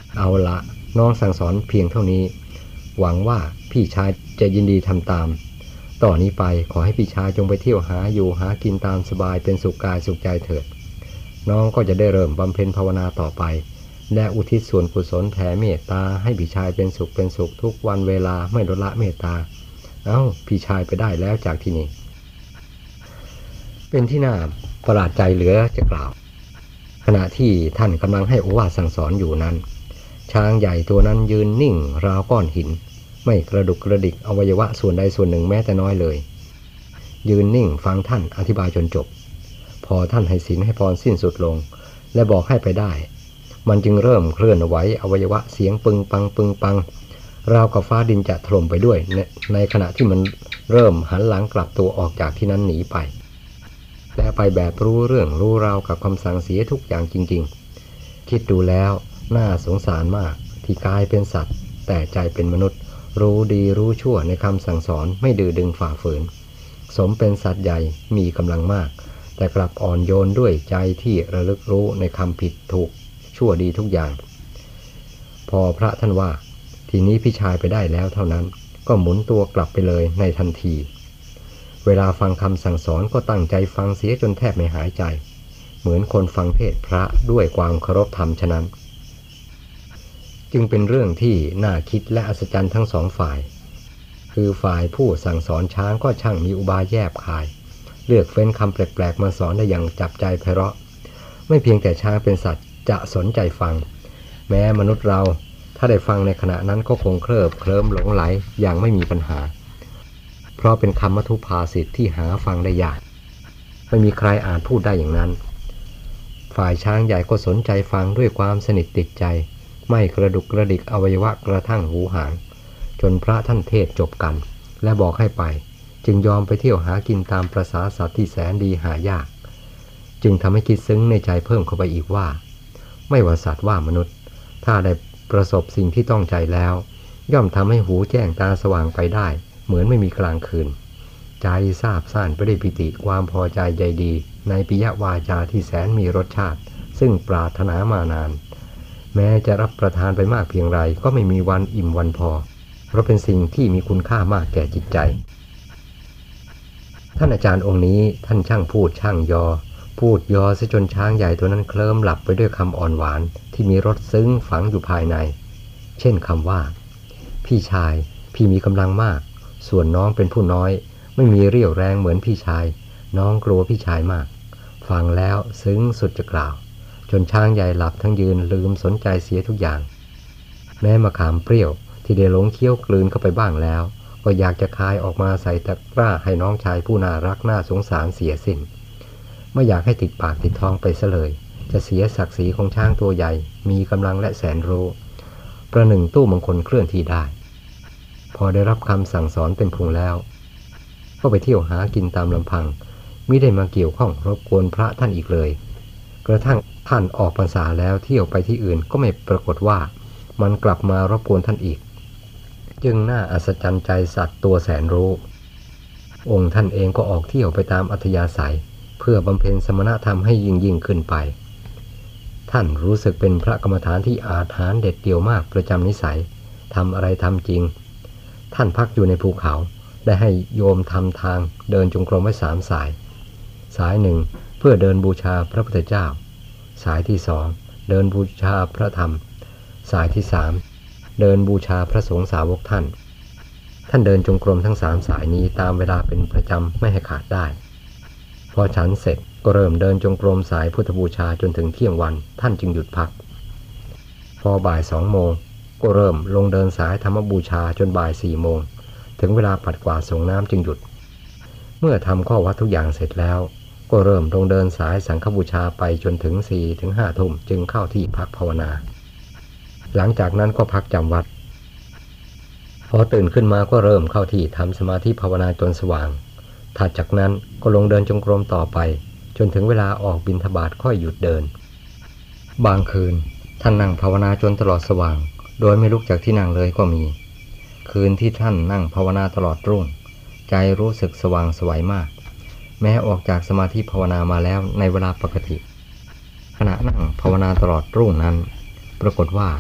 เอาละน้องสั่งสอนเพียงเท่านี้หวังว่าพี่ชายจะยินดีทำตามต่อนนี้ไปขอให้พี่ชายจงไปเที่ยวหาอยู่หากินตามสบายเป็นสุขกายสุขใจเถิดน้องก็จะได้เริ่มบำเพ็ญภาวนาต่อไปและอุทิศส่วนกุศลแผ่เมตตาให้พี่ชายเป็นสุขทุกวันเวลาไม่ลดละเมตตาพี่ชายไปได้แล้วจากที่นี่เป็นที่น่าประหลาดใจเหลือจะกล่าวขณะที่ท่านกำลังให้โอวาทสั่งสอนอยู่นั้นช้างใหญ่ตัวนั้นยืนนิ่งราวก้อนหินไม่กระดุกกระดิกอวัยวะส่วนใดส่วนหนึ่งแม้แต่น้อยเลยยืนนิ่งฟังท่านอธิบายจนจบพอท่านให้ศีลให้พรสิ้นสุดลงและบอกให้ไปได้มันจึงเริ่มเคลื่อนไหวอวัยวะเสียงปึงปังราวกับฟ้าดินจะถล่มไปด้วยในขณะที่มันเริ่มหันหลังกลับตัวออกจากที่นั้นหนีไปและไปแบบรู้เรื่องรู้ราวกับคำสั่งเสียทุกอย่างจริงๆคิดดูแล้วน่าสงสารมากที่กายเป็นสัตว์แต่ใจเป็นมนุษย์รู้ดีรู้ชั่วในคำสั่งสอนไม่ดื้อดึงฝ่าฝืนสมเป็นสัตว์ใหญ่มีกำลังมากแต่กลับอ่อนโยนด้วยใจที่ระลึกรู้ในคำผิดถูกชั่วดีทุกอย่างพอพระท่านว่าทีนี้พี่ชายไปได้แล้วเท่านั้นก็หมุนตัวกลับไปเลยในทันทีเวลาฟังคำสั่งสอนก็ตั้งใจฟังเสียจนแทบไม่หายใจเหมือนคนฟังเทศน์พระด้วยความเคารพธรรมฉะนั้นจึงเป็นเรื่องที่น่าคิดและอัศจรรย์ทั้งสองฝ่ายคือฝ่ายผู้สั่งสอนช้างก็ช่างมีอุบายแยบคายเลือกเฟ้นคำแปลกๆมาสอนได้อย่างจับใจไพเราะไม่เพียงแต่ช้างเป็นสัตว์จะสนใจฟังแม้มนุษย์เราถ้าได้ฟังในขณะนั้นก็คงเคลิ้มหลงไหลอย่างไม่มีปัญหาเพราะเป็นคำมัทุภาษิตที่หาฟังได้ยากไม่มีใครอาจพูดได้อย่างนั้นฝ่ายช้างใหญ่ก็สนใจฟังด้วยความสนิทติดใจไม่กระดุกกระดิกอวัยวะกระทั่งหูหางจนพระท่านเทศจบกันและบอกให้ไปจึงยอมไปเที่ยวหากินตามประสาสัตว์ที่แสนดีหายากจึงทำให้คิดซึ้งในใจเพิ่มเข้าไปอีกว่าไม่ว่าสัตว์ว่ามนุษย์ถ้าได้ประสบสิ่งที่ต้องใจแล้วย่อมทำให้หูแจ้งตาสว่างไปได้เหมือนไม่มีกลางคืนใจซาบซ่านไปด้วยปิติความพอใจใยดีในปิยวาจาที่แสนมีรสชาติซึ่งปรารถนามานานแม้จะรับประทานไปมากเพียงไรก็ไม่มีวันอิ่มวันพอเพราะเป็นสิ่งที่มีคุณค่ามากแก่จิตใจท่านอาจารย์องค์นี้ท่านช่างพูดช่างพูดยอซะจนช้างใหญ่ตัวนั้นเคลิ้มหลับไปด้วยคำอ่อนหวานที่มีรสซึ้งฝังอยู่ภายในเช่นคำว่าพี่ชายพี่มีกำลังมากส่วนน้องเป็นผู้น้อยไม่มีเรี่ยวแรงเหมือนพี่ชายน้องกลัวพี่ชายมากฟังแล้วซึ้งสุดจะกล่าวจนช้างใหญ่หลับทั้งยืนลืมสนใจเสียทุกอย่างแม้มะขามเปรี้ยวที่ได้หลงเคี้ยวกลืนเข้าไปบ้างแล้วก็อยากจะคายออกมาใส่ตะกร้าให้น้องชายผู้น่ารักน่าสงสารเสียสิ้นไม่อยากให้ติดปากติดท้องไปซะเลยจะเสียศักดิ์ศรีของช้างตัวใหญ่มีกำลังและแสนรู้ประหนึ่งตู้มงคลเคลื่อนที่ได้พอได้รับคำสั่งสอนเต็มพุงแล้วก็ไปเที่ยวหากินตามลำพังมิได้มาเกี่ยวข้องรบกวนพระท่านอีกเลยกระทั่งท่านออกพรรษาแล้วเที่ยวไปที่อื่นก็ไม่ปรากฏว่ามันกลับมารบกวนท่านอีกจึงน่าอัศจรรย์ใจสัตว์ตัวแสนรู้องค์ท่านเองก็ออกเที่ยวไปตามอัธยาศัยเพื่อบำเพ็ญสมณธรรมให้ยิ่งขึ้นไปท่านรู้สึกเป็นพระกรรมฐานที่อาถรรพ์เด็ดเดี่ยวมากประจำนิสัยทำอะไรทำจริงท่านพักอยู่ในภูเขาได้ให้โยมทำทางเดินจงกรมไว้3 สายหนึ่งเพื่อเดินบูชาพระพุทธเจ้าสายที่2เดินบูชาพระธรรมสายที่3เดินบูชาพระสงฆ์สาวกท่านเดินจงกรมทั้ง3 สายนี้ตามเวลาเป็นประจำไม่ให้ขาดได้พอฉันเสร็จก็เริ่มเดินจงกรมสายพุทธบูชาจนถึงเที่ยงวันท่านจึงหยุดพักพอบ่าย2 โมงก็เริ่มลงเดินสายธรรมบูชาจนบ่าย4 โมงถึงเวลาปัดกวาดส่งน้ำจึงหยุดเมื่อทำข้อวัดทุกอย่างเสร็จแล้วก็เริ่มลงเดินสายสังฆบูชาไปจนถึง 4-5 ทุ่มจึงเข้าที่พักภาวนาหลังจากนั้นก็พักจำวัดพอตื่นขึ้นมาก็เริ่มเข้าที่ทำสมาธิภาวนาจนสว่างถัดจากนั้นก็ลงเดินจงกรมต่อไปจนถึงเวลาออกบิณฑบาตค่อยหยุดเดินบางคืนท่านนั่งภาวนาจนตลอดสว่างโดยไม่ลุกจากที่นั่งเลยก็มีคืนที่ท่านนั่งภาวนาตลอดรุ่งใจรู้สึกสว่างไสวมากแม้ออกจากสมาธิภาวนามาแล้วในเวลาปกติขณะนั่งภาวนาตลอดรุ่งนั้นปรากฏว่า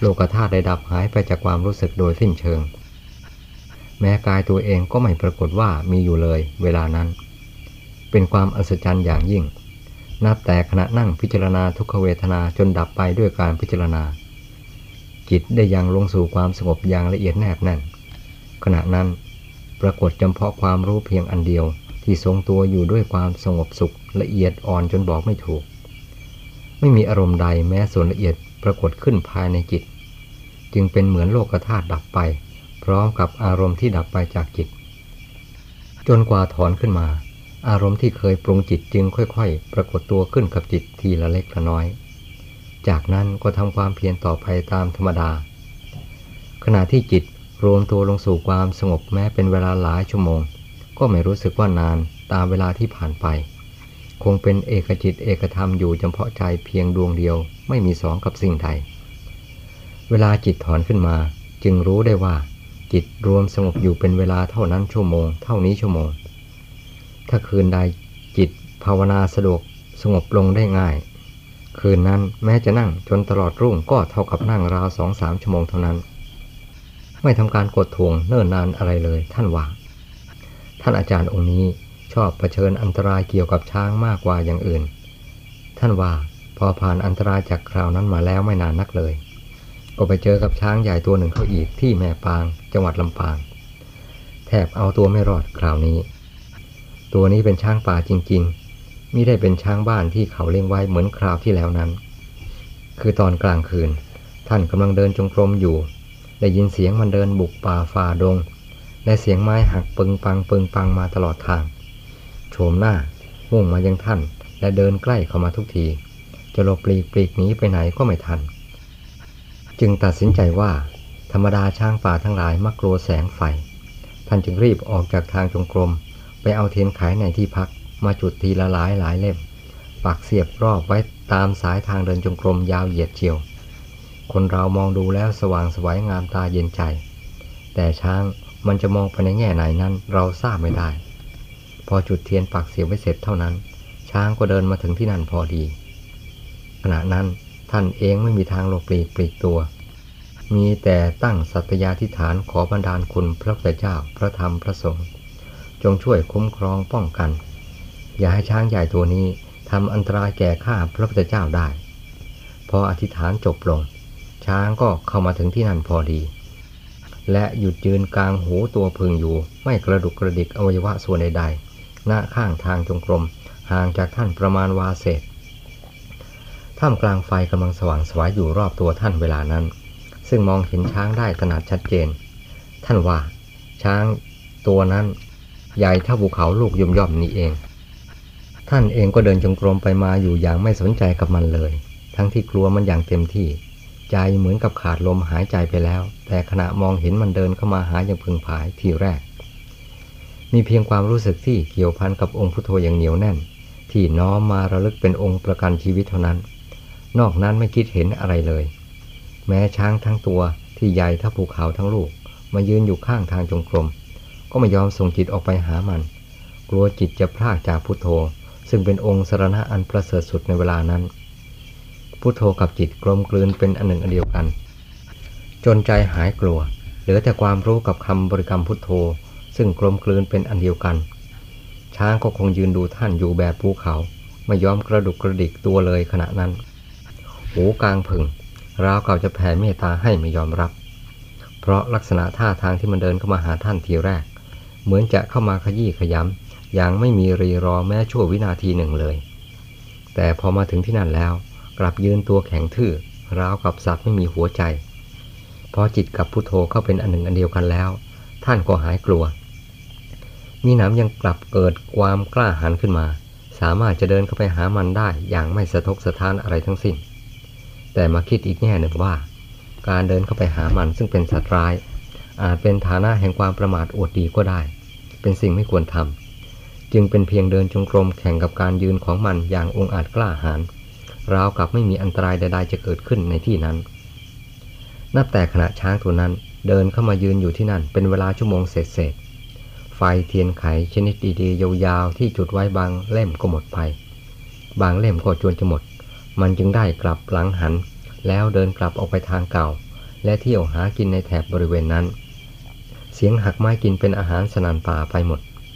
โลกธาตุได้ดับหายไปจากความรู้สึกโดยสิ้นเชิงแม้กายตัวเองก็ไม่ปรากฏว่ามีอยู่เลยเวลานั้นเป็นความอัศจรรย์อย่างยิ่งนับแต่ขณะนั่งพิจารณาทุกขเวทนาจนดับไปด้วยการพิจารณาจิตได้ยังลงสู่ความสงบอย่างละเอียดแนบแน่นขณะนั้นปรากฏเฉพาะความรู้เพียงอันเดียวที่ทรงตัวอยู่ด้วยความสงบสุขละเอียดอ่อนจนบอกไม่ถูกไม่มีอารมณ์ใดแม้ส่วนละเอียดปรากฏขึ้นภายในจิตจึงเป็นเหมือนโลกธาตุดับไปพร้อมกับอารมณ์ที่ดับไปจากจิตจนกว่าถอนขึ้นมาอารมณ์ที่เคยปรุงจิตจึงค่อยๆปรากฏตัวขึ้นกับจิตทีละเล็กละน้อยจากนั้นก็ทำความเพียรต่อไปตามธรรมดาขณะที่จิตรวมตัวลงสู่ความสงบแม้เป็นเวลาหลายชั่วโมงก็ไม่รู้สึกว่านานตามเวลาที่ผ่านไปคงเป็นเอกจิตเอกธรรมอยู่เฉพาะใจเพียงดวงเดียวไม่มีสองกับสิ่งใดเวลาจิตถอนขึ้นมาจึงรู้ได้ว่าจิตรวมสงบอยู่เป็นเวลาเท่านั้นชั่วโมงเท่านี้ชั่วโมงถ้าคืนใดจิตภาวนาสะดวกสงบลงได้ง่ายคืนนั้นแม้จะนั่งจนตลอดรุ่งก็เท่ากับนั่งราว 2-3 ชั่วโมงเท่านั้นไม่ทำการกดทวงเนิ่นนานอะไรเลยท่านว่าท่านอาจารย์องค์นี้ชอบเผชิญอันตรายเกี่ยวกับช้างมากกว่าอย่างอื่นท่านว่าพอผ่านอันตรายจากคราวนั้นมาแล้วไม่นานนักเลยก็ไปเจอกับช้างใหญ่ตัวหนึ่งเข้าอีกที่แม่ปางจังหวัดลำปางแทบเอาตัวไม่รอดคราวนี้ตัวนี้เป็นช้างป่าจริงๆมิได้เป็นช้างบ้านที่เขาเลี้ยงไว้เหมือนคราวที่แล้วนั้นคือตอนกลางคืนท่านกำลังเดินจงกรมอยู่ได้ยินเสียงมันเดินบุกป่าฝ่าดงและเสียงไม้หักปึงปังมาตลอดทางโฉมหน้ามุ่งมายังท่านและเดินใกล้เข้ามาทุกทีจะหลบปลีกหนีไปไหนก็ไม่ทันจึงตัดสินใจว่าธรรมดาช้างป่าทั้งหลายมักกลัวแสงไฟท่านจึงรีบออกจากทางจงกรมไปเอาเทียนไขในที่พักมาจุดทีละหลายเล่มปักเสียบรอบไว้ตามสายทางเดินจงกรมยาวเหยียดเฉียวคนเรามองดูแล้วสว่างไสวงามตาเย็นใจแต่ช้างมันจะมองไปในแง่ไหนนั้นเราทราบไม่ได้พอจุดเทียนปักเสียบไว้เสร็จเท่านั้นช้างก็เดินมาถึงที่นั่นพอดีขณะนั้นท่านเองไม่มีทางหลบปลีกตัวมีแต่ตั้งสัตยาธิษฐานขอบันดาลคุณพระพุทธเจ้าพระธรรมพระสงฆ์จงช่วยคุ้มครองป้องกันอย่าให้ช้างใหญ่ตัวนี้ทำอันตรายแก่ข้าพระพุทธเจ้าได้พออธิษฐานจบลงช้างก็เข้ามาถึงที่นั่นพอดีและหยุดยืนกลางหูตัวพึงอยู่ไม่กระดุกกระดิกอวัยวะส่วนใดๆณข้างทางจงกรมห่างจากท่านประมาณวาเศษท่ามกลางไฟกำลังสว่างไสวอยู่รอบตัวท่านเวลานั้นซึ่งมองเห็นช้างได้ถนัดชัดเจนท่านว่าช้างตัวนั้นใหญ่เท่าภูเขาลูกย่อมๆนี่เองท่านเองก็เดินจงกรมไปมาอยู่อย่างไม่สนใจกับมันเลยทั้งที่กลัวมันอย่างเต็มที่ใจเหมือนกับขาดลมหายใจไปแล้วแต่ขณะมองเห็นมันเดินเข้ามาหาอย่างพึงผายทีแรกมีเพียงความรู้สึกที่เกี่ยวพันกับองค์พุทโธอย่างเหนียวแน่นที่น้อมมาระลึกเป็นองค์ประกันชีวิตเท่านั้นนอกนั้นไม่คิดเห็นอะไรเลยแม้ช้างทั้งตัวที่ใหญ่เท่าภูเขาทั้งลูกมายืนอยู่ข้างทางจงกรมก็ไม่ยอมส่งจิตออกไปหามันกลัวจิตจะพลากจากพุทโธซึ่งเป็นองค์สรณะอันประเสริฐสุดในเวลานั้นพุทโธกับจิตกลมกลืนเป็นอันหนึ่งอันเดียวกันจนใจหายกลัวเหลือแต่ความรู้กับคำบริกรรมพุทโธซึ่งกลมกลืนเป็นอันเดียวกันช้างก็คงยืนดูท่านอยู่แบบภูเขาไม่ยอมกระดุกกระดิกตัวเลยขณะนั้นหูกลางผึ่งราวเก่าจะแผ่เมตตาให้ไม่ยอมรับเพราะลักษณะท่าทางที่มันเดินเข้ามาหาท่านทีแรกเหมือนจะเข้ามาขยี้ขยำอย่างไม่มีรีรอแม้ชั่ววินาทีหนึ่งเลยแต่พอมาถึงที่นั่นแล้วกลับยืนตัวแข็งทื่อราวกับสัตว์ไม่มีหัวใจพอจิตกับพุทโธเข้าเป็นอันหนึ่งอันเดียวกันแล้วท่านก็หายกลัวมีหนำยังกลับเกิดความกล้าหาญขึ้นมาสามารถจะเดินเข้าไปหามันได้อย่างไม่สะทกสะท้านอะไรทั้งสิ้นแต่มาคิดอีกแง่หนึ่งว่าการเดินเข้าไปหามันซึ่งเป็นสัตว์ร้ายอาจเป็นฐานะแห่งความประมาทอวดดีก็ได้เป็นสิ่งไม่ควรทำจึงเป็นเพียงเดินจงกรมแข่งกับการยืนของมันอย่างองอาจกล้าหาญราวกับไม่มีอันตรายใดๆจะเกิดขึ้นในที่นั้นนับแต่ขณะช้างตัวนั้นเดินเข้ามายืนอยู่ที่นั่นเป็นเวลาชั่วโมงเศษไฟเทียนไขชนิดดีๆยาวๆที่จุดไว้บางเล่มก็หมดไปบางเล่มก็จวนจะหมดมันจึงได้กลับหลังหันแล้วเดินกลับออกไปทางเก่าและเที่ยวหากินในแถบบริเวณนั้นเสียงหักไม้กินเป็นอาหารสนั่นป่าไปหมด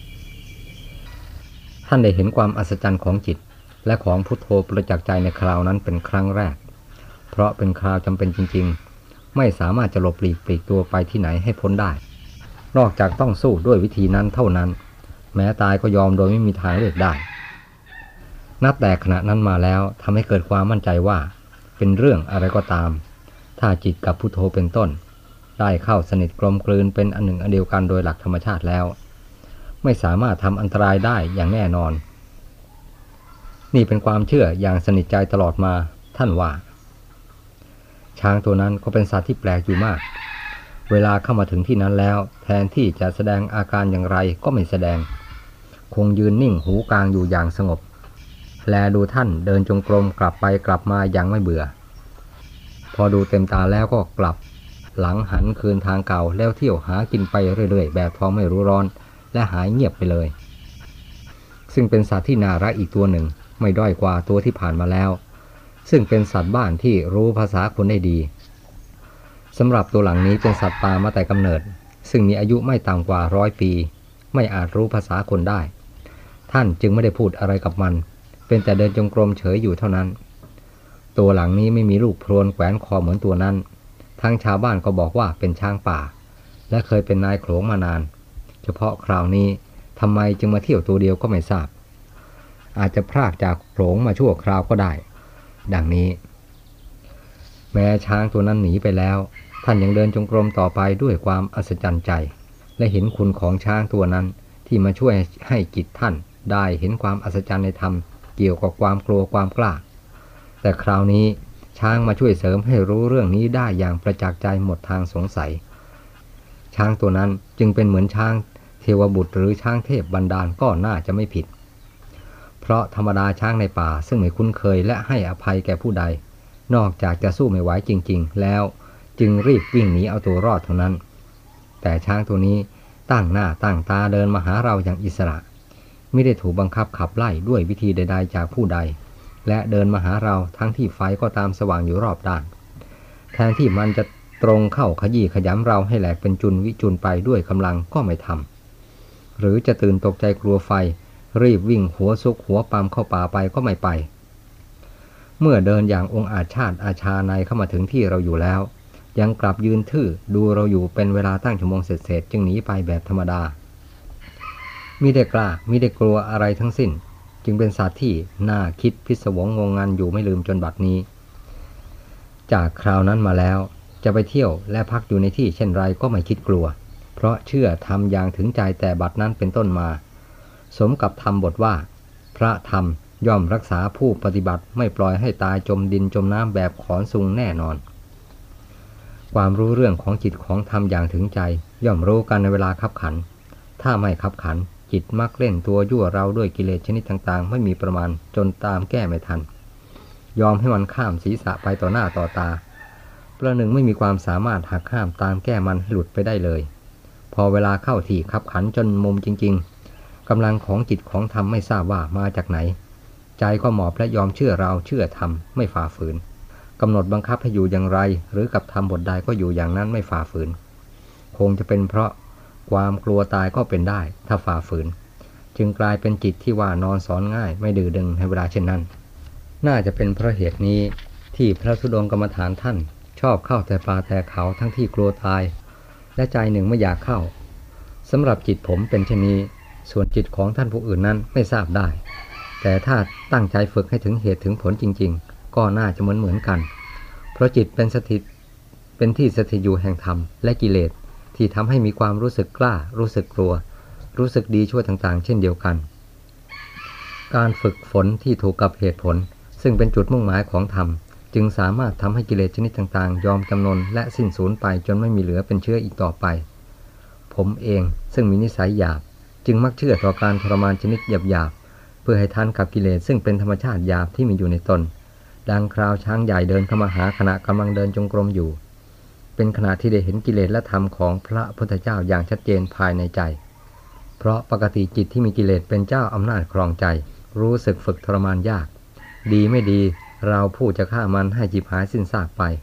ท่านได้เห็นความอัศจรรย์ของจิตและของพุทโธประจักษ์ใจในคราวนั้นเป็นครั้งแรกเพราะเป็นคราวจำเป็นจริงๆไม่สามารถจะหลบหลีกปลีกตัวไปที่ไหนให้พ้นได้นอกจากต้องสู้ด้วยวิธีนั้นเท่านั้นแม้ตายก็ยอมโดยไม่มีทางเลือกได้นับแต่ขณะนั้นมาแล้วทำให้เกิดความมั่นใจว่าเป็นเรื่องอะไรก็ตามถ้าจิตกับพุทโธเป็นต้นได้เข้าสนิทกลมกลืนเป็นอันหนึ่งอันเดียวกันโดยหลักธรรมชาติแล้วไม่สามารถทำอันตรายได้อย่างแน่นอนนี่เป็นความเชื่ออย่างสนิทใจตลอดมาท่านว่าช้างตัวนั้นก็เป็นสัตว์ที่แปลกอยู่มากเวลาเข้ามาถึงที่นั้นแล้วแทนที่จะแสดงอาการอย่างไรก็ไม่แสดงคงยืนนิ่งหูกลางอยู่อย่างสงบแลดูท่านเดินจงกรมกลับไปกลับมาอย่างไม่เบื่อพอดูเต็มตาแล้วก็กลับหลังหันคืนทางเก่าแล้วเที่ยวหากินไปเรื่อยๆแบบท้องไม่รู้ร้อนและหายเงียบไปเลยซึ่งเป็นสัตว์ที่น่ารักอีกตัวหนึ่งไม่ด้อยกว่าตัวที่ผ่านมาแล้วซึ่งเป็นสัตว์บ้านที่รู้ภาษาคนได้ดีสำหรับตัวหลังนี้เป็นสัตว์ป่ามาแต่กำเนิดซึ่งมีอายุไม่ต่ำกว่า100 ปีไม่อาจรู้ภาษาคนได้ท่านจึงไม่ได้พูดอะไรกับมันเป็นแต่เดินจงกรมเฉยอยู่เท่านั้นตัวหลังนี้ไม่มีลูกโพลนแขวนคอเหมือนตัวนั้นทั้งชาวบ้านก็บอกว่าเป็นช้างป่าและเคยเป็นนายโขลงมานานเฉพาะคราวนี้ทำไมจึงมาเที่ยวตัวเดียวก็ไม่ทราบอาจจะพรากจากโขลงมาชั่วคราวก็ได้ดังนี้แม้ช้างตัวนั้นหนีไปแล้วท่านยังเดินจงกรมต่อไปด้วยความอัศจรรย์ใจและเห็นคุณของช้างตัวนั้นที่มาช่วยให้จิตท่านได้เห็นความอัศจรรย์ในธรรมเกี่ยวกับความกลัวความกล้าแต่คราวนี้ช้างมาช่วยเสริมให้รู้เรื่องนี้ได้อย่างประจักษ์ใจหมดทางสงสัยช้างตัวนั้นจึงเป็นเหมือนช้างเทวบุตรหรือช้างเทพบันดาลก็น่าจะไม่ผิดเพราะธรรมดาช้างในป่าซึ่งไม่คุ้นเคยและให้อภัยแก่ผู้ใดนอกจากจะสู้ไม่ไหวจริงๆแล้วจึงรีบวิ่งหนีเอาตัวรอดเท่านั้นแต่ช้างตัวนี้ตั้งหน้าตั้งตาเดินมาหาเราอย่างอิสระไม่ได้ถูกบังคับขับไล่ด้วยวิธีใดๆจากผู้ใดและเดินมาหาเราทั้งที่ไฟก็ตามสว่างอยู่รอบด้านแทนที่มันจะตรงเข้าขยี้ขยำเราให้แหลกเป็นจุนวิจุนไปด้วยกำลังก็ไม่ทำหรือจะตื่นตกใจกลัวไฟรีบวิ่งหัวซุกหัวปามเข้าป่าไปก็ไม่ไปเมื่อเดินอย่างองอาจชาติอาชาในเข้ามาถึงที่เราอยู่แล้วยังกลับยืนทื่อดูเราอยู่เป็นเวลาตั้งชั่วโมงเศษๆจึงหนีไปแบบธรรมดามิได้กล้ามิได้กลัวอะไรทั้งสิ้นจึงเป็นสัตว์ที่น่าคิดพิศวงงงงันอยู่ไม่ลืมจนบัดนี้จากคราวนั้นมาแล้วจะไปเที่ยวและพักอยู่ในที่เช่นไรก็ไม่คิดกลัวเพราะเชื่อทำอย่างถึงใจแต่บัดนั้นเป็นต้นมาสมกับธรรมบทว่าพระธรรมย่อมรักษาผู้ปฏิบัติไม่ปล่อยให้ตายจมดินจมน้ำแบบขอนซุงแน่นอนความรู้เรื่องของจิตของธรรมอย่างถึงใจย่อมรู้กันในเวลาคับขันถ้าไม่คับขันจิตมักเล่นตัวยั่วเราด้วยกิเลสชนิดต่างๆไม่มีประมาณจนตามแก้ไม่ทันยอมให้มันข้ามศีรษะไปต่อหน้าต่อตาประหนึ่งไม่มีความสามารถหักข้ามตามแก้มันให้หลุดไปได้เลยพอเวลาเข้าที่คับขันจนมุมจริงๆกำลังของจิตของธรรมไม่ทราบว่ามาจากไหนใจก็หมอบและยอมเชื่อเราเชื่อธรรมไม่ฝ่าฝืนกำหนดบังคับให้อยู่อย่างไรหรือกับธรรมบทใดก็อยู่อย่างนั้นไม่ฝ่าฝืนคงจะเป็นเพราะความกลัวตายก็เป็นได้ถ้าฝ่าฝืนจึงกลายเป็นจิตที่ว่านอนสอนง่ายไม่ดื้อดึงในเวลาเช่นนั้นน่าจะเป็นเพราะเหตุนี้ที่พระธุดงค์กรรมฐานท่านชอบเข้าแต่ป่าแต่เขาทั้งที่กลัวตายและใจหนึ่งไม่อยากเข้าสำหรับจิตผมเป็นเช่นนี้ส่วนจิตของท่านผู้อื่นนั้นไม่ทราบได้แต่ถ้าตั้งใจฝึกให้ถึงเหตุถึงผลจริงๆก็น่าจะเหมือนกันเพราะจิตเป็นที่สถิตอยู่แห่งธรรมและกิเลสที่ทำให้มีความรู้สึกกล้ารู้สึกกลัวรู้สึกดีชั่วต่างๆเช่นเดียวกันการฝึกฝนที่ถูกกับเหตุผลซึ่งเป็นจุดมุ่งหมายของธรรมจึงสามารถทำให้กิเลสชนิดต่างๆยอมจำนนและสิ้นสูญไปจนไม่มีเหลือเป็นเชื้ออีกต่อไปผมเองซึ่งมีนิสัยหยาบจึงมักเชื่อต่อการทรมานชนิดหยาบๆเพื่อให้ทันกับกิเลสซึ่งเป็นธรรมชาติหยาบที่มีอยู่ในตนดังคราวช้างใหญ่เดินเข้ามาหาขณะกำลังเดินจงกรมอยู่เป็นขณะที่ได้เห็นกิเลสและธรรมของพระพุทธเจ้าอย่างชัดเจนภายในใจเพราะปกติจิตที่มีกิเลสเป็นเจ้าอำนาจครองใจรู้สึกฝึกทรมานยากดีไม่ดีเราผู้จะฆ่ามันให้จิบหายสิ้นซากไป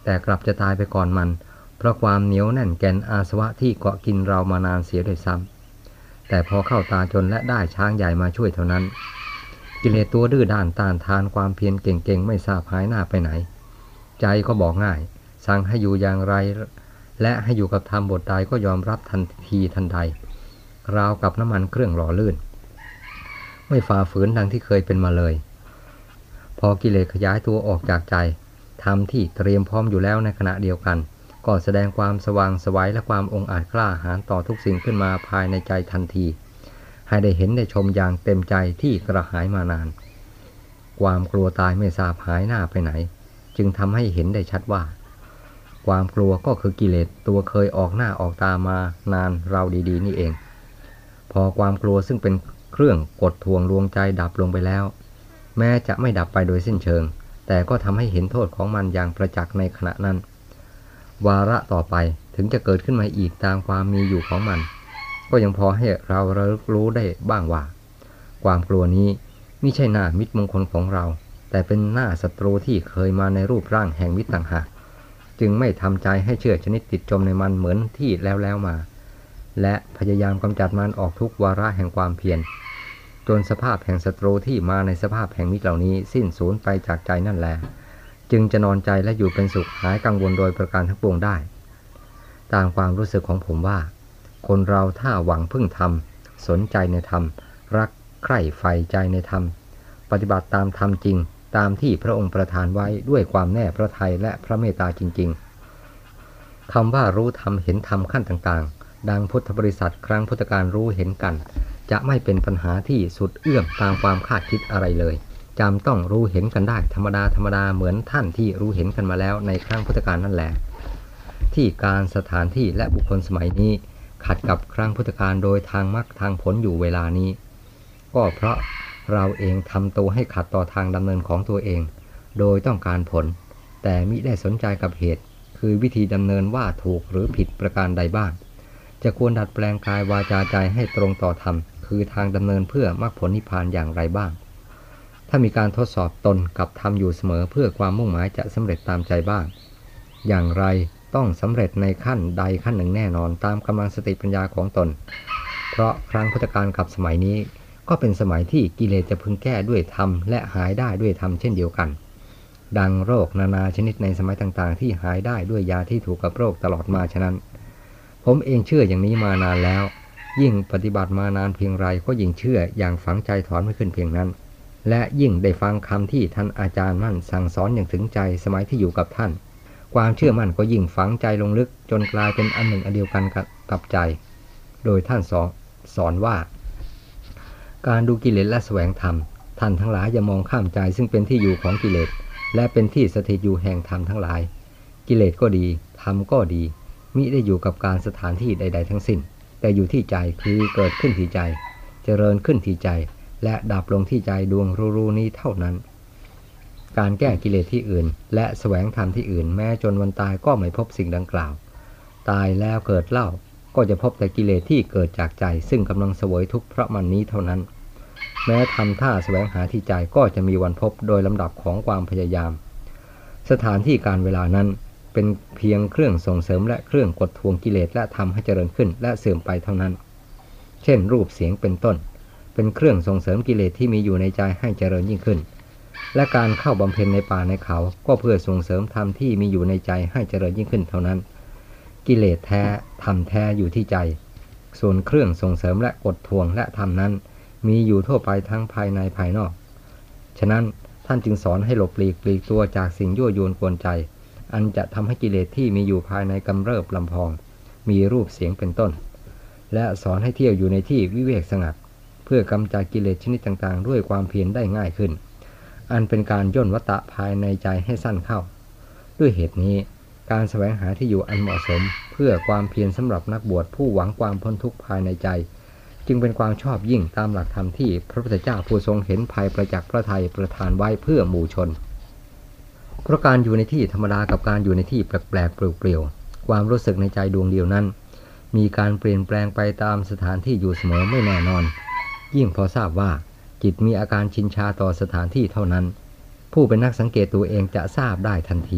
แต่กลับจะตายไปก่อนมันเพราะความเหนียวแน่นแก่นอาสวะที่เกาะกินเรามานานเสียด้วยซ้ำแต่พอเข้าตาจนและได้ช้างใหญ่มาช่วยเท่านั้นกิเลสตัวดื้อด้านต้านทานความเพียรเก่งๆไม่ทราบหายหน้าไปไหนใจก็บอกง่ายสั่งให้อยู่อย่างไรและให้อยู่กับธรรมบทใดก็ยอมรับทันทีทันใดราวกับน้ำมันเครื่องหล่อลื่นไม่ฝ่าฝืนดังที่เคยเป็นมาเลยพอกิเลสขยายตัวออกจากใจธรรมที่เตรียมพร้อมอยู่แล้วในขณะเดียวกันก็แสดงความสว่างไสวและความองอาจกล้าหาญต่อทุกสิ่งขึ้นมาภายในใจทันทีให้ได้เห็นได้ชมอย่างเต็มใจที่กระหายมานานความกลัวตายไม่ทราบหายหน้าไปไหนจึงทำให้เห็นได้ชัดว่าความกลัวก็คือกิเลสตัวเคยออกหน้าออกตามานานเราดีๆนี่เองพอความกลัวซึ่งเป็นเครื่องกดทวงลวงใจดับลงไปแล้วแม้จะไม่ดับไปโดยสิ้นเชิงแต่ก็ทำให้เห็นโทษของมันอย่างประจักษ์ในขณะนั้นวาระต่อไปถึงจะเกิดขึ้นมาอีกตามความมีอยู่ของมันก็ยังพอให้เราระลึกรู้ได้บ้างว่าความกลัวนี้ไม่ใช่หน้ามิตรมงคลของเราแต่เป็นหน้าศัตรูที่เคยมาในรูปร่างแห่งมิตรต่างหากจึงไม่ทำใจให้เชื่อชนิดติดจมในมันเหมือนที่แล้วมาและพยายามกำจัดมันออกทุกวาระแห่งความเพียรจนสภาพแห่งศัตรูที่มาในสภาพแห่งมิตรเหล่านี้สิ้นสูญไปจากใจนั่นแหละจึงจะนอนใจและอยู่เป็นสุขหายกังวลโดยประการทั้งปวงได้ตามความรู้สึกของผมว่าคนเราถ้าหวังพึ่งธรรมสนใจในธรรมรักใคร่ใฝ่ใจในธรรมปฏิบัติตามธรรมจริงตามที่พระองค์ประทานไว้ด้วยความแน่พระทัยและพระเมตตาจริงๆคำว่ารู้ธรรมเห็นธรรมขั้นต่างๆดังพุทธบริษัทครั้งพุทธกาลรู้เห็นกันจะไม่เป็นปัญหาที่สุดเอื้อมตามความคาดคิดอะไรเลยจำต้องรู้เห็นกันได้ธรรมดาเหมือนท่านที่รู้เห็นกันมาแล้วในครั้งพุทธกาลนั่นแหละที่การสถานที่และบุคคลสมัยนี้ขัดกับครั้งพุทธกาลโดยทางมรรคทางผลอยู่เวลานี้ก็เพราะเราเองทำตัวให้ขัดต่อทางดำเนินของตัวเองโดยต้องการผลแต่มิได้สนใจกับเหตุคือวิธีดำเนินว่าถูกหรือผิดประการใดบ้างจะควรดัดแปลงกายวาจาใจให้ตรงต่อธรรมคือทางดำเนินเพื่อมรรคผลนิพพานอย่างไรบ้างถ้ามีการทดสอบตนกับธรรมอยู่เสมอเพื่อความมุ่งหมายจะสำเร็จตามใจบ้างอย่างไรต้องสำเร็จในขั้นใดขั้นหนึ่งแน่นอนตามกำลังสติปัญญาของตนเพราะครั้งพุทธกาลกับสมัยนี้ก็เป็นสมัยที่กิเลสจะพึงแก้ด้วยธรรมและหายได้ด้วยธรรมเช่นเดียวกันดังโรคนานาชนิดในสมัยต่างๆที่หายได้ด้วยยาที่ถูกกับโรคตลอดมาฉะนั้นผมเองเชื่ออย่างนี้มานานแล้วยิ่งปฏิบัติมานานเพียงไรก็ยิ่งเชื่ออย่างฝังใจถอนไม่ขึ้นเพียงนั้นและยิ่งได้ฟังคำที่ท่านอาจารย์มั่นสั่งสอนอย่างถึงใจสมัยที่อยู่กับท่านความเชื่อมั่นก็ยิ่งฝังใจลงลึกจนกลายเป็นอันหนึ่งอันเดียวกันกับใจโดยท่านสอนว่าการดูกิเลสและแสวงธรรมท่านทั้งหลายอย่ามองข้ามใจซึ่งเป็นที่อยู่ของกิเลสและเป็นที่สถิตอยู่แห่งธรรมทั้งหลายกิเลสก็ดีธรรมก็ดีมิได้อยู่กับการสถานที่ใดๆทั้งสิ้นแต่อยู่ที่ใจคือเกิดขึ้นที่ใจเจริญขึ้นที่ใจและดับลงที่ใจดวงรู้นี้เท่านั้นการแก้กิเลสที่อื่นและแสวงธรรมที่อื่นแม้จนวันตายก็ไม่พบสิ่งดังกล่าวตายแล้วเกิดเล่าก็จะพบแต่กิเลสที่เกิดจากใจซึ่งกำลังเสวยทุกข์เพราะมันนี้เท่านั้นแม้ทำท่าแสวงหาที่ใจก็จะมีวันพบโดยลำดับของความพยายามสถานที่การเวลานั้นเป็นเพียงเครื่องส่งเสริมและเครื่องกดทวงกิเลสและทำให้เจริญขึ้นและเสื่อมไปเท่านั้นเช่นรูปเสียงเป็นต้นเป็นเครื่องส่งเสริมกิเลสที่มีอยู่ในใจให้เจริญยิ่งขึ้นและการเข้าบำเพ็ญในป่าในเขาก็เพื่อส่งเสริมธรรมที่มีอยู่ในใจให้เจริญยิ่งขึ้นเท่านั้นกิเลสแท้ธรรมแท้อยู่ที่ใจส่วนเครื่องส่งเสริมและกดทวงและธรรมนั้นมีอยู่ทั่วไปทั้งภายในภายนอกฉะนั้นท่านจึงสอนให้หลบหลีกตัวจากสิ่งยั่วยวนกวนใจอันจะทำให้กิเลสที่มีอยู่ภายในกำเริบลำพองมีรูปเสียงเป็นต้นและสอนให้เที่ยวอยู่ในที่วิเวกสงัดเพื่อกำจัดกิเลสชนิดต่างๆด้วยความเพียรได้ง่ายขึ้นอันเป็นการย่นวัฏฏะภายในใจให้สั้นเข้าด้วยเหตุนี้การแสวงหาที่อยู่อันเหมาะสมเพื่อความเพียรสำหรับนักบวชผู้หวังความพ้นทุกข์ภายในใจจึงเป็นความชอบยิ่งตามหลักธรรมที่พระพุทธเจ้าผู้ทรงเห็นภัยประจักษ์พระทัยประทานไว้เพื่อหมู่ชนเพราะการอยู่ในที่ธรรมดากับการอยู่ในที่แปลกๆเปลี่ยวๆความรู้สึกในใจดวงเดียวนั้นมีการเปลี่ยนแปลงไปตามสถานที่อยู่เสมอไม่แน่นอนยิ่งพอทราบว่าจิตมีอาการชินชาต่อสถานที่เท่านั้นผู้เป็นนักสังเกตตัวเองจะทราบได้ทันที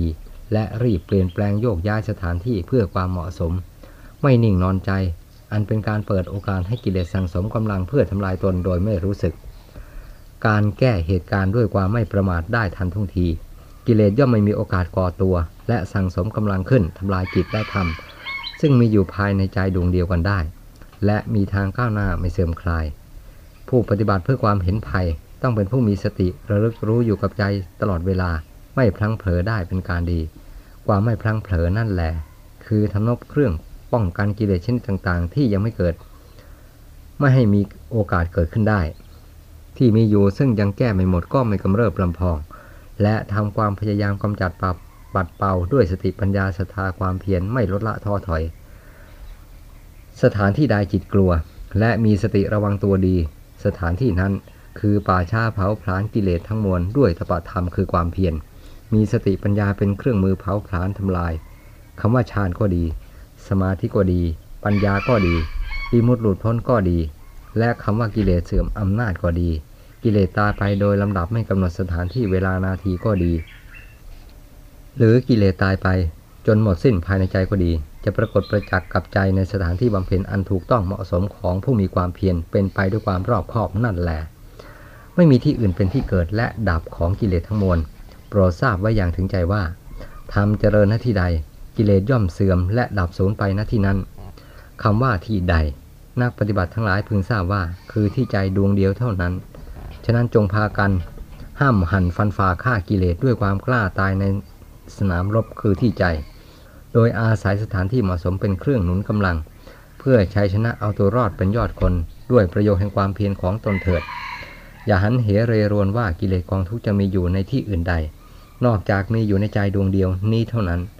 และรีบเปลี่ยนแปลงโยกย้ายสถานที่เพื่อความเหมาะสมไม่นิ่งนอนใจอันเป็นการเปิดโอกาสให้กิเลสสั่งสมกำลังเพื่อทำลายตนโดยไม่รู้สึกการแก้เหตุการณ์ด้วยความไม่ประมาทได้ทันท่วงทีกิเลสย่อมไม่มีโอกาสก่อตัวและสั่งสมกำลังขึ้นทำลายจิตและธรรมซึ่งมีอยู่ภายในใจดวงเดียวกันได้และมีทางก้าวหน้าไม่เสื่อมคลายผู้ปฏิบัติเพื่อความเห็นภัยต้องเป็นผู้มีสติระลึกรู้อยู่กับใจตลอดเวลาไม่พลั้งเผลอได้เป็นการดีความไม่พลั้งเผลอนั่นแหละคือทำนบเครื่องป้องกันกิเลสชนิดต่างๆที่ยังไม่เกิดไม่ให้มีโอกาสเกิดขึ้นได้ที่มีอยู่ซึ่งยังแก้ไม่หมดก็ไม่กำเริบลำพองและทำความพยายามกำจัดปัดเป่าด้วยสติปัญญาศรัทธาความเพียรไม่ลดละท้อถอยสถานที่ใดจิตกลัวและมีสติระวังตัวดีสถานที่นั้นคือป่าช้าเผาผลาญกิเลสทั้งมวลด้วยตปะธรรมคือความเพียรมีสติปัญญาเป็นเครื่องมือเผาผลาญทำลายคำว่าฌานก็ดีสมาธิก็ดีปัญญาก็ดีวิมุตติหลุดพ้นก็ดีและคำว่ากิเลสเสื่อมอำนาจก็ดีกิเลสตายไปโดยลำดับไม่กำหนดสถานที่เวลานาทีก็ดีหรือกิเลสตายไปจนหมดสิ้นภายในใจก็ดีจะปรากฏประจักษ์กับใจในสถานที่บำเพ็ญอันถูกต้องเหมาะสมของผู้มีความเพียรเป็นไปด้วยความรอบคอบนั่นแหละไม่มีที่อื่นเป็นที่เกิดและดับของกิเลสทั้งมวลโปรดทราบไว้อย่างถึงใจว่าธรรมเจริญณที่ใดกิเลสย่อมเสื่อมและดับสูญไปณที่นั้นคำว่าที่ใดนักปฏิบัติทั้งหลายพึงทราบว่าคือที่ใจดวงเดียวเท่านั้นฉะนั้นจงพากันห้ามหันฟันฝ่าฆ่ากิเลสด้วยความกล้าตายในสนามรบคือที่ใจโดยอาศัยสถานที่เหมาะสมเป็นเครื่องหนุนกำลังเพื่อชัยชนะเอาตัวรอดเป็นยอดคนด้วยประโยชน์แห่งความเพียรของตนเถิดอย่าหันเหเรรวนว่ากิเลสกองทุกข์จะมีอยู่ในที่อื่นใดนอกจากมีอยู่ในใจดวงเดียวนี้เท่านั้น